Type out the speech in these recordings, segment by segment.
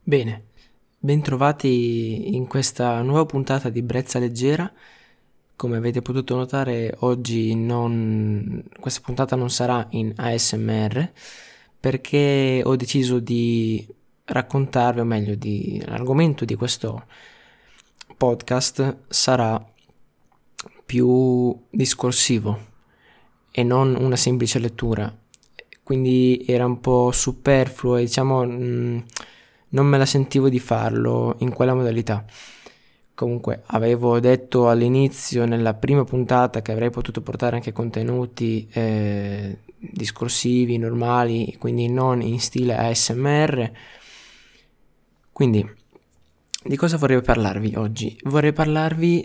Bene, bentrovati in questa nuova puntata di Brezza Leggera. Come avete potuto notare, questa puntata non sarà in ASMR perché ho deciso di raccontarvi, o meglio, l'argomento di questo podcast sarà più discorsivo e non una semplice lettura. Quindi era un po' superfluo e non me la sentivo di farlo in quella modalità. Comunque avevo detto all'inizio, nella prima puntata, che avrei potuto portare anche contenuti discorsivi, normali, quindi non in stile ASMR. Quindi, di cosa vorrei parlarvi oggi? Vorrei parlarvi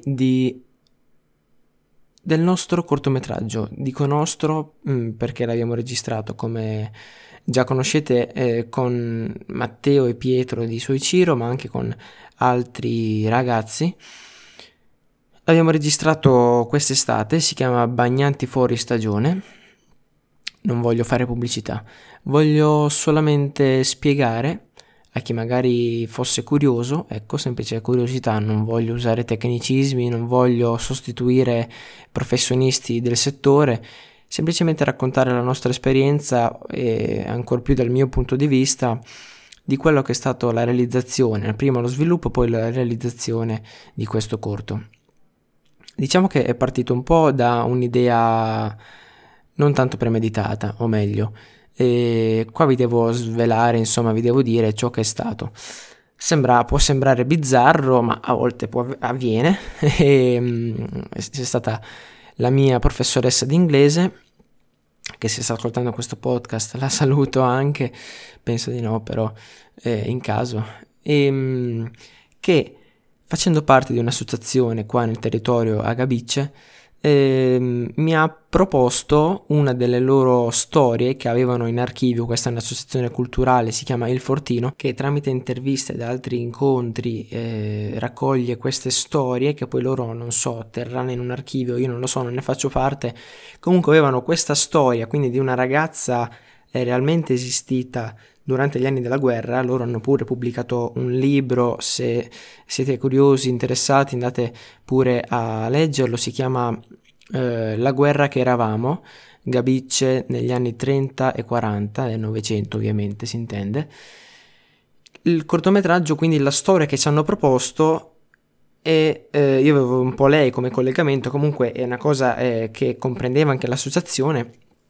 del nostro cortometraggio. Dico nostro perché l'abbiamo registrato, come già conoscete, con Matteo e Pietro di Soiciro, ma anche con altri ragazzi. L'abbiamo registrato quest'estate, si chiama Bagnanti fuori stagione. Non voglio fare pubblicità, voglio solamente spiegare a chi magari fosse curioso, ecco, semplice curiosità, non voglio usare tecnicismi, non voglio sostituire professionisti del settore, semplicemente raccontare la nostra esperienza e ancor più dal mio punto di vista di quello che è stato la realizzazione, prima lo sviluppo, poi la realizzazione di questo corto. Diciamo che è partito un po' da un'idea non tanto premeditata, o meglio, e qua vi devo svelare, insomma, vi devo dire ciò che è stato. Può sembrare bizzarro, ma a volte avviene. C'è stata la mia professoressa di inglese, che se sta ascoltando questo podcast la saluto anche, penso di no, però in caso, che facendo parte di un'associazione qua nel territorio a Gabice, mi ha proposto una delle loro storie che avevano in archivio. Questa è un'associazione culturale, si chiama Il Fortino, che tramite interviste ed altri incontri raccoglie queste storie che poi loro, non so, terranno in un archivio, io non lo so, non ne faccio parte. Comunque avevano questa storia, quindi di una ragazza realmente esistita durante gli anni della guerra. Loro hanno pure pubblicato un libro, se siete curiosi, interessati, andate pure a leggerlo, si chiama La guerra che eravamo, Gabice negli anni 30 e 40, del Novecento ovviamente si intende. Il cortometraggio, quindi la storia che ci hanno proposto, e io avevo un po' lei come collegamento, comunque è una cosa che comprendeva anche l'associazione.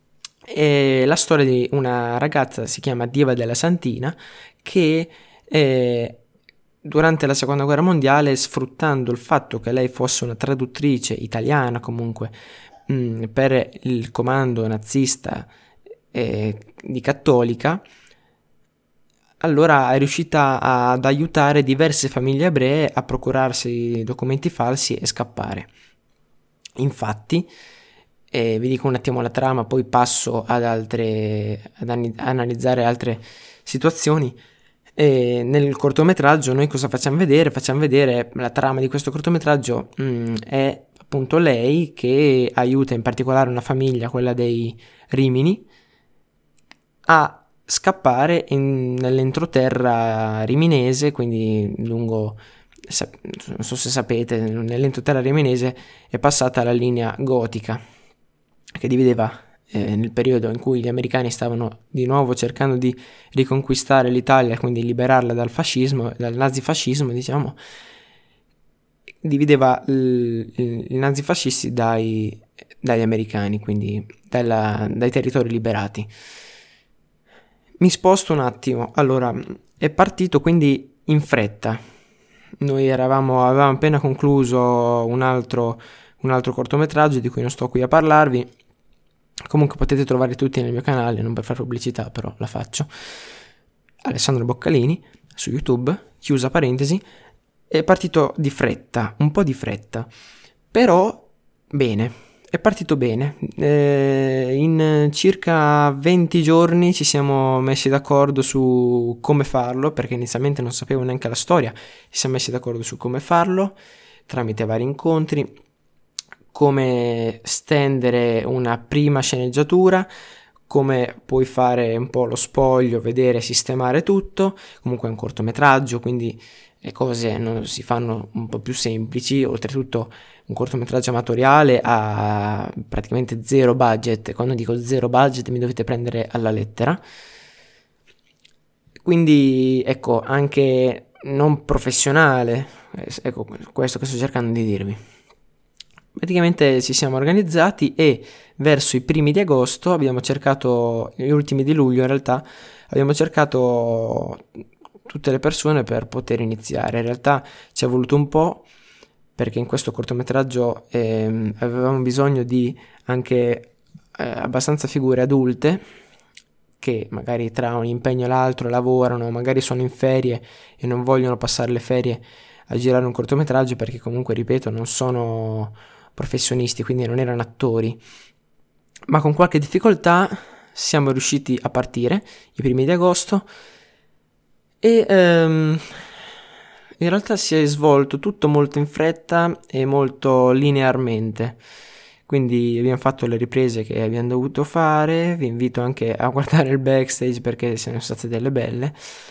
È la storia di una ragazza, si chiama Diva della Santina, che durante la seconda guerra mondiale, sfruttando il fatto che lei fosse una traduttrice italiana comunque per il comando nazista di Cattolica, allora è riuscita ad aiutare diverse famiglie ebree a procurarsi documenti falsi e scappare. Infatti, vi dico un attimo la trama, poi passo ad analizzare altre situazioni. Nel cortometraggio noi cosa facciamo vedere? Facciamo vedere la trama di questo cortometraggio. È appunto lei che aiuta in particolare una famiglia, quella dei Rimini, a scappare nell'entroterra riminese, quindi lungo, non so se sapete, nell'entroterra riminese è passata la linea gotica che divideva nel periodo in cui gli americani stavano di nuovo cercando di riconquistare l'Italia, quindi liberarla dal fascismo, dal nazifascismo, diciamo, divideva i nazifascisti dagli americani, quindi dai territori liberati. Mi sposto un attimo. Allora, è partito quindi in fretta. Noi avevamo appena concluso un altro cortometraggio di cui non sto qui a parlarvi. Comunque potete trovare tutti nel mio canale, non per fare pubblicità, però la faccio. Alessandro Boccalini su YouTube, chiusa parentesi. È partito di fretta, un po' di fretta, però bene, è partito bene. In circa 20 giorni ci siamo messi d'accordo su come farlo, perché inizialmente non sapevo neanche la storia. Ci siamo messi d'accordo su come farlo tramite vari incontri, come stendere una prima sceneggiatura, come puoi fare un po' lo spoglio, vedere, sistemare tutto. Comunque è un cortometraggio, quindi le cose non si fanno un po' più semplici. Oltretutto un cortometraggio amatoriale ha praticamente zero budget. Quando dico zero budget mi dovete prendere alla lettera. Quindi ecco, anche non professionale, ecco questo che sto cercando di dirvi. Praticamente ci siamo organizzati e verso i primi di agosto abbiamo cercato, gli ultimi di luglio in realtà, abbiamo cercato tutte le persone per poter iniziare. In realtà ci è voluto un po', perché in questo cortometraggio avevamo bisogno di anche abbastanza figure adulte che magari tra un impegno e l'altro lavorano, magari sono in ferie e non vogliono passare le ferie a girare un cortometraggio, perché comunque, ripeto, non sono professionisti, quindi non erano attori. Ma con qualche difficoltà siamo riusciti a partire i primi di agosto e in realtà si è svolto tutto molto in fretta e molto linearmente. Quindi abbiamo fatto le riprese che abbiamo dovuto fare, vi invito anche a guardare il backstage perché sono state delle belle.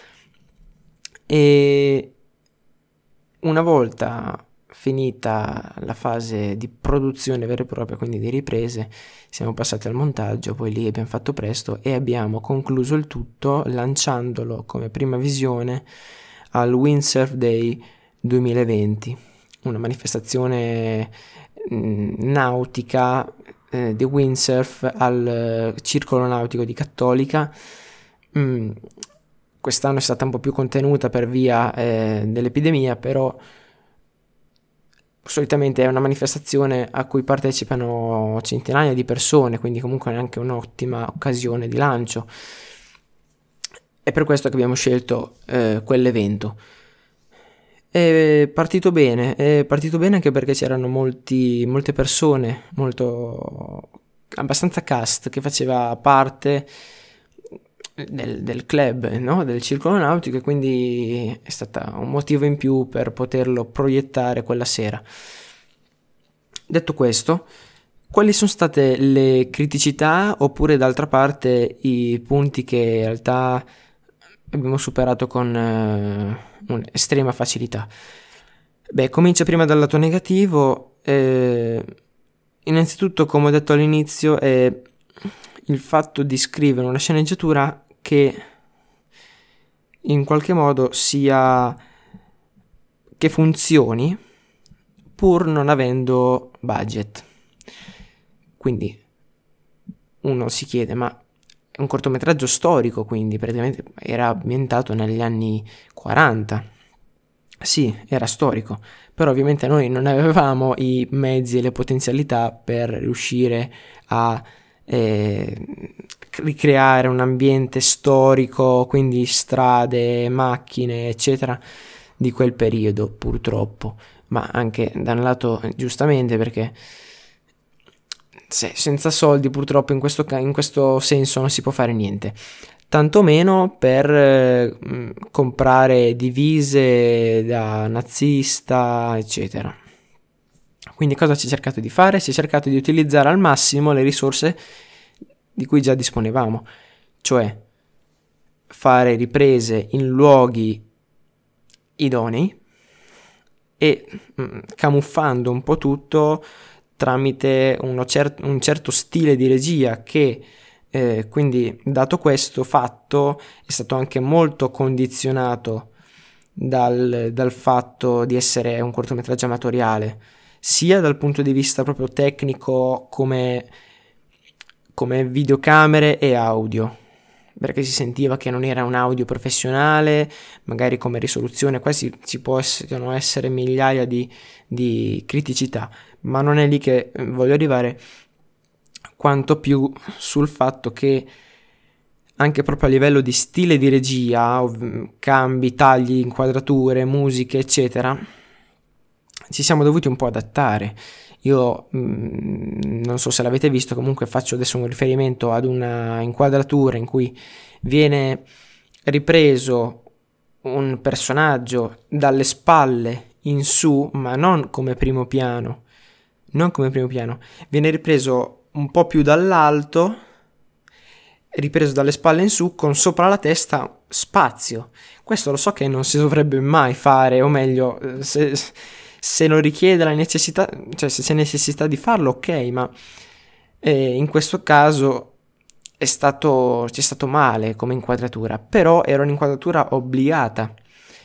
E una volta finita la fase di produzione vera e propria, quindi di riprese, siamo passati al montaggio, poi lì abbiamo fatto presto e abbiamo concluso il tutto lanciandolo come prima visione al Windsurf Day 2020, una manifestazione nautica di windsurf al Circolo Nautico di Cattolica. Quest'anno è stata un po' più contenuta per via dell'epidemia, però solitamente è una manifestazione a cui partecipano centinaia di persone, quindi comunque è anche un'ottima occasione di lancio. È per questo che abbiamo scelto quell'evento. È partito bene anche perché c'erano molte persone, abbastanza cast che faceva parte del club, no? Del circolo nautico, e quindi è stato un motivo in più per poterlo proiettare quella sera. Detto questo, quali sono state le criticità oppure d'altra parte i punti che in realtà abbiamo superato con un'estrema facilità? Beh, comincia prima dal lato negativo. Innanzitutto, come ho detto all'inizio, è il fatto di scrivere una sceneggiatura che in qualche modo che funzioni pur non avendo budget. Quindi uno si chiede, ma è un cortometraggio storico, quindi praticamente era ambientato negli anni 40. Sì, era storico, però ovviamente noi non avevamo i mezzi e le potenzialità per riuscire a ricreare un ambiente storico, quindi strade, macchine, eccetera, di quel periodo, purtroppo. Ma anche da un lato giustamente, perché senza soldi purtroppo in questo senso non si può fare niente, tantomeno per comprare divise da nazista, eccetera. Quindi cosa si è cercato di fare? Si è cercato di utilizzare al massimo le risorse di cui già disponevamo, cioè fare riprese in luoghi idonei e camuffando un po' tutto tramite un certo stile di regia che quindi, dato questo fatto, è stato anche molto condizionato dal fatto di essere un cortometraggio amatoriale, sia dal punto di vista proprio tecnico come videocamere e audio, perché si sentiva che non era un audio professionale, magari come risoluzione, qua ci possono essere migliaia di criticità, ma non è lì che voglio arrivare, quanto più sul fatto che anche proprio a livello di stile di regia, cambi, tagli, inquadrature, musiche, eccetera, ci siamo dovuti un po' adattare. Io non so se l'avete visto, comunque faccio adesso un riferimento ad una inquadratura in cui viene ripreso un personaggio dalle spalle in su, ma non come primo piano, viene ripreso un po' più dall'alto ripreso dalle spalle in su con sopra la testa spazio. Questo lo so che non si dovrebbe mai fare, o meglio, se lo richiede la necessità, cioè se c'è necessità di farlo, ok, ma in questo caso c'è stato male come inquadratura, però era un'inquadratura obbligata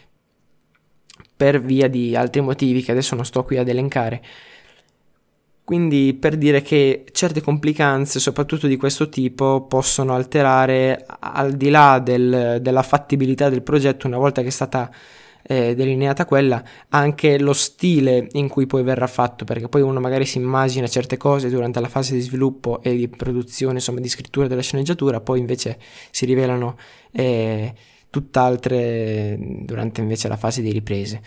per via di altri motivi che adesso non sto qui ad elencare. Quindi per dire che certe complicanze, soprattutto di questo tipo, possono alterare, al di là della fattibilità del progetto, una volta che è stata delineata quella, anche lo stile in cui poi verrà fatto, perché poi uno magari si immagina certe cose durante la fase di sviluppo e di produzione, insomma di scrittura della sceneggiatura, poi invece si rivelano tutt'altre durante invece la fase di riprese.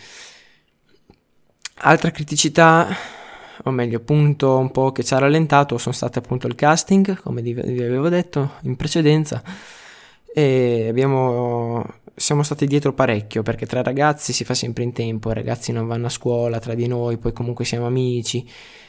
Altra criticità, o meglio punto un po' che ci ha rallentato, sono state appunto il casting, come vi avevo detto in precedenza, e siamo stati dietro parecchio, perché tra ragazzi si fa sempre in tempo, i ragazzi non vanno a scuola tra di noi, poi comunque siamo amici,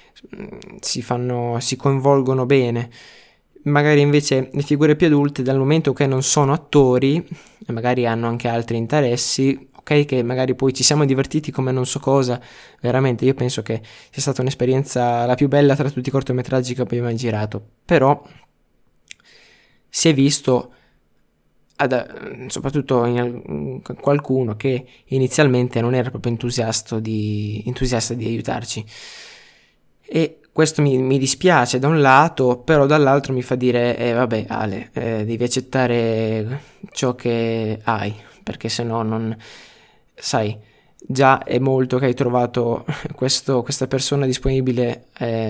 si coinvolgono bene. Magari invece le figure più adulte, dal momento che non sono attori e magari hanno anche altri interessi, ok, che magari poi ci siamo divertiti come non so cosa, veramente io penso che sia stata un'esperienza la più bella tra tutti i cortometraggi che abbiamo mai girato, però si è visto soprattutto in qualcuno che inizialmente non era proprio entusiasta di aiutarci, e questo mi dispiace da un lato, però dall'altro mi fa dire vabbè Ale, devi accettare ciò che hai, perché se no non sai, già è molto che hai trovato questa persona disponibile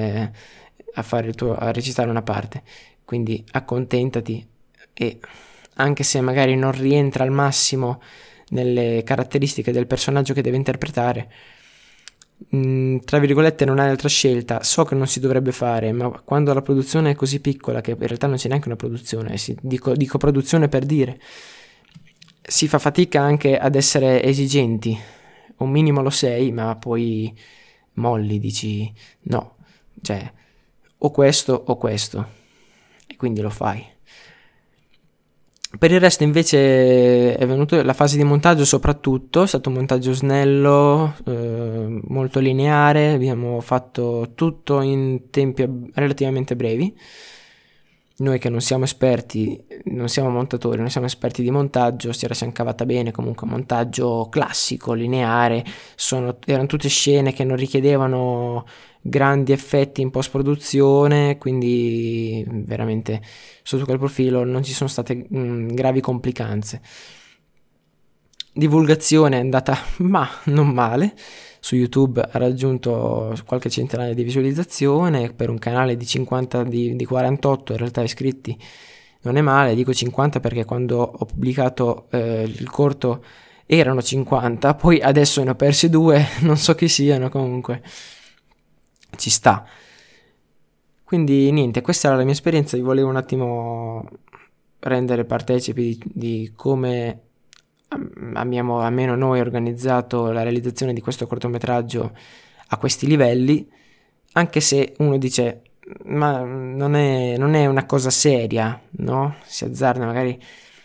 a recitare una parte, quindi accontentati, e anche se magari non rientra al massimo nelle caratteristiche del personaggio che deve interpretare, tra virgolette non hai altra scelta. So che non si dovrebbe fare, ma quando la produzione è così piccola, che in realtà non c'è neanche una produzione, dico produzione per dire, si fa fatica anche ad essere esigenti. Un minimo lo sei, ma poi molli, dici no, cioè o questo, e quindi lo fai. Per il resto invece è venuto la fase di montaggio, soprattutto è stato un montaggio snello, molto lineare, abbiamo fatto tutto in tempi relativamente brevi. Noi che non siamo esperti, non siamo montatori, non siamo esperti di montaggio, si era cavata bene, comunque montaggio classico, lineare, erano tutte scene che non richiedevano grandi effetti in post produzione, quindi veramente sotto quel profilo non ci sono state gravi complicanze. Divulgazione è andata ma non male, su YouTube ha raggiunto qualche centinaia di visualizzazioni per un canale di 50, di 48 in realtà iscritti, non è male. Dico 50 perché quando ho pubblicato il corto erano 50, poi adesso ne ho persi 2, non so chi siano, comunque ci sta. Quindi niente, questa era la mia esperienza, vi volevo un attimo rendere partecipi di come abbiamo almeno noi organizzato la realizzazione di questo cortometraggio a questi livelli, anche se uno dice ma non è una cosa seria, no? Si azzarda magari.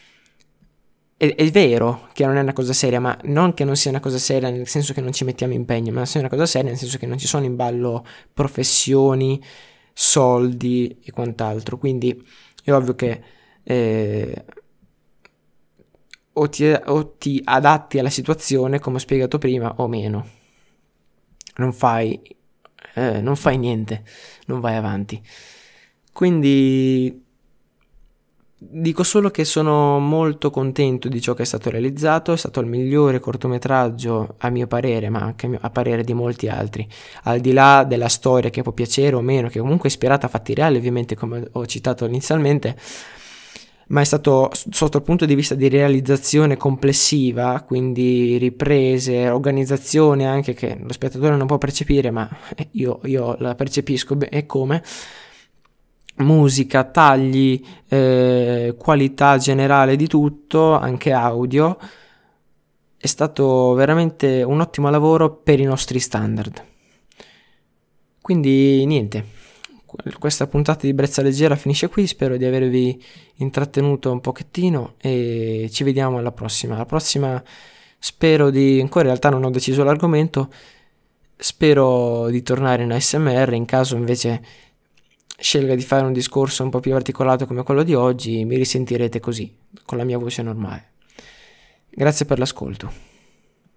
È vero che non è una cosa seria, ma non che non sia una cosa seria nel senso che non ci mettiamo impegno, ma sia una cosa seria nel senso che non ci sono in ballo professioni, soldi e quant'altro. Quindi è ovvio che o ti adatti alla situazione, come ho spiegato prima, o meno. Non fai niente, non vai avanti. Quindi dico solo che sono molto contento di ciò che è stato realizzato, è stato il migliore cortometraggio a mio parere, ma anche a parere di molti altri, al di là della storia che può piacere o meno, che comunque è ispirata a fatti reali ovviamente, come ho citato inizialmente, ma è stato sotto il punto di vista di realizzazione complessiva, quindi riprese, organizzazione anche, che lo spettatore non può percepire, ma io la percepisco, e come musica, tagli, qualità generale di tutto, anche audio, è stato veramente un ottimo lavoro per i nostri standard. Quindi niente, questa puntata di Brezza Leggera finisce qui, spero di avervi intrattenuto un pochettino e ci vediamo alla prossima. La prossima spero ancora in realtà non ho deciso l'argomento, spero di tornare in ASMR, in caso invece scelga di fare un discorso un po' più articolato come quello di oggi, mi risentirete così, con la mia voce normale. Grazie per l'ascolto.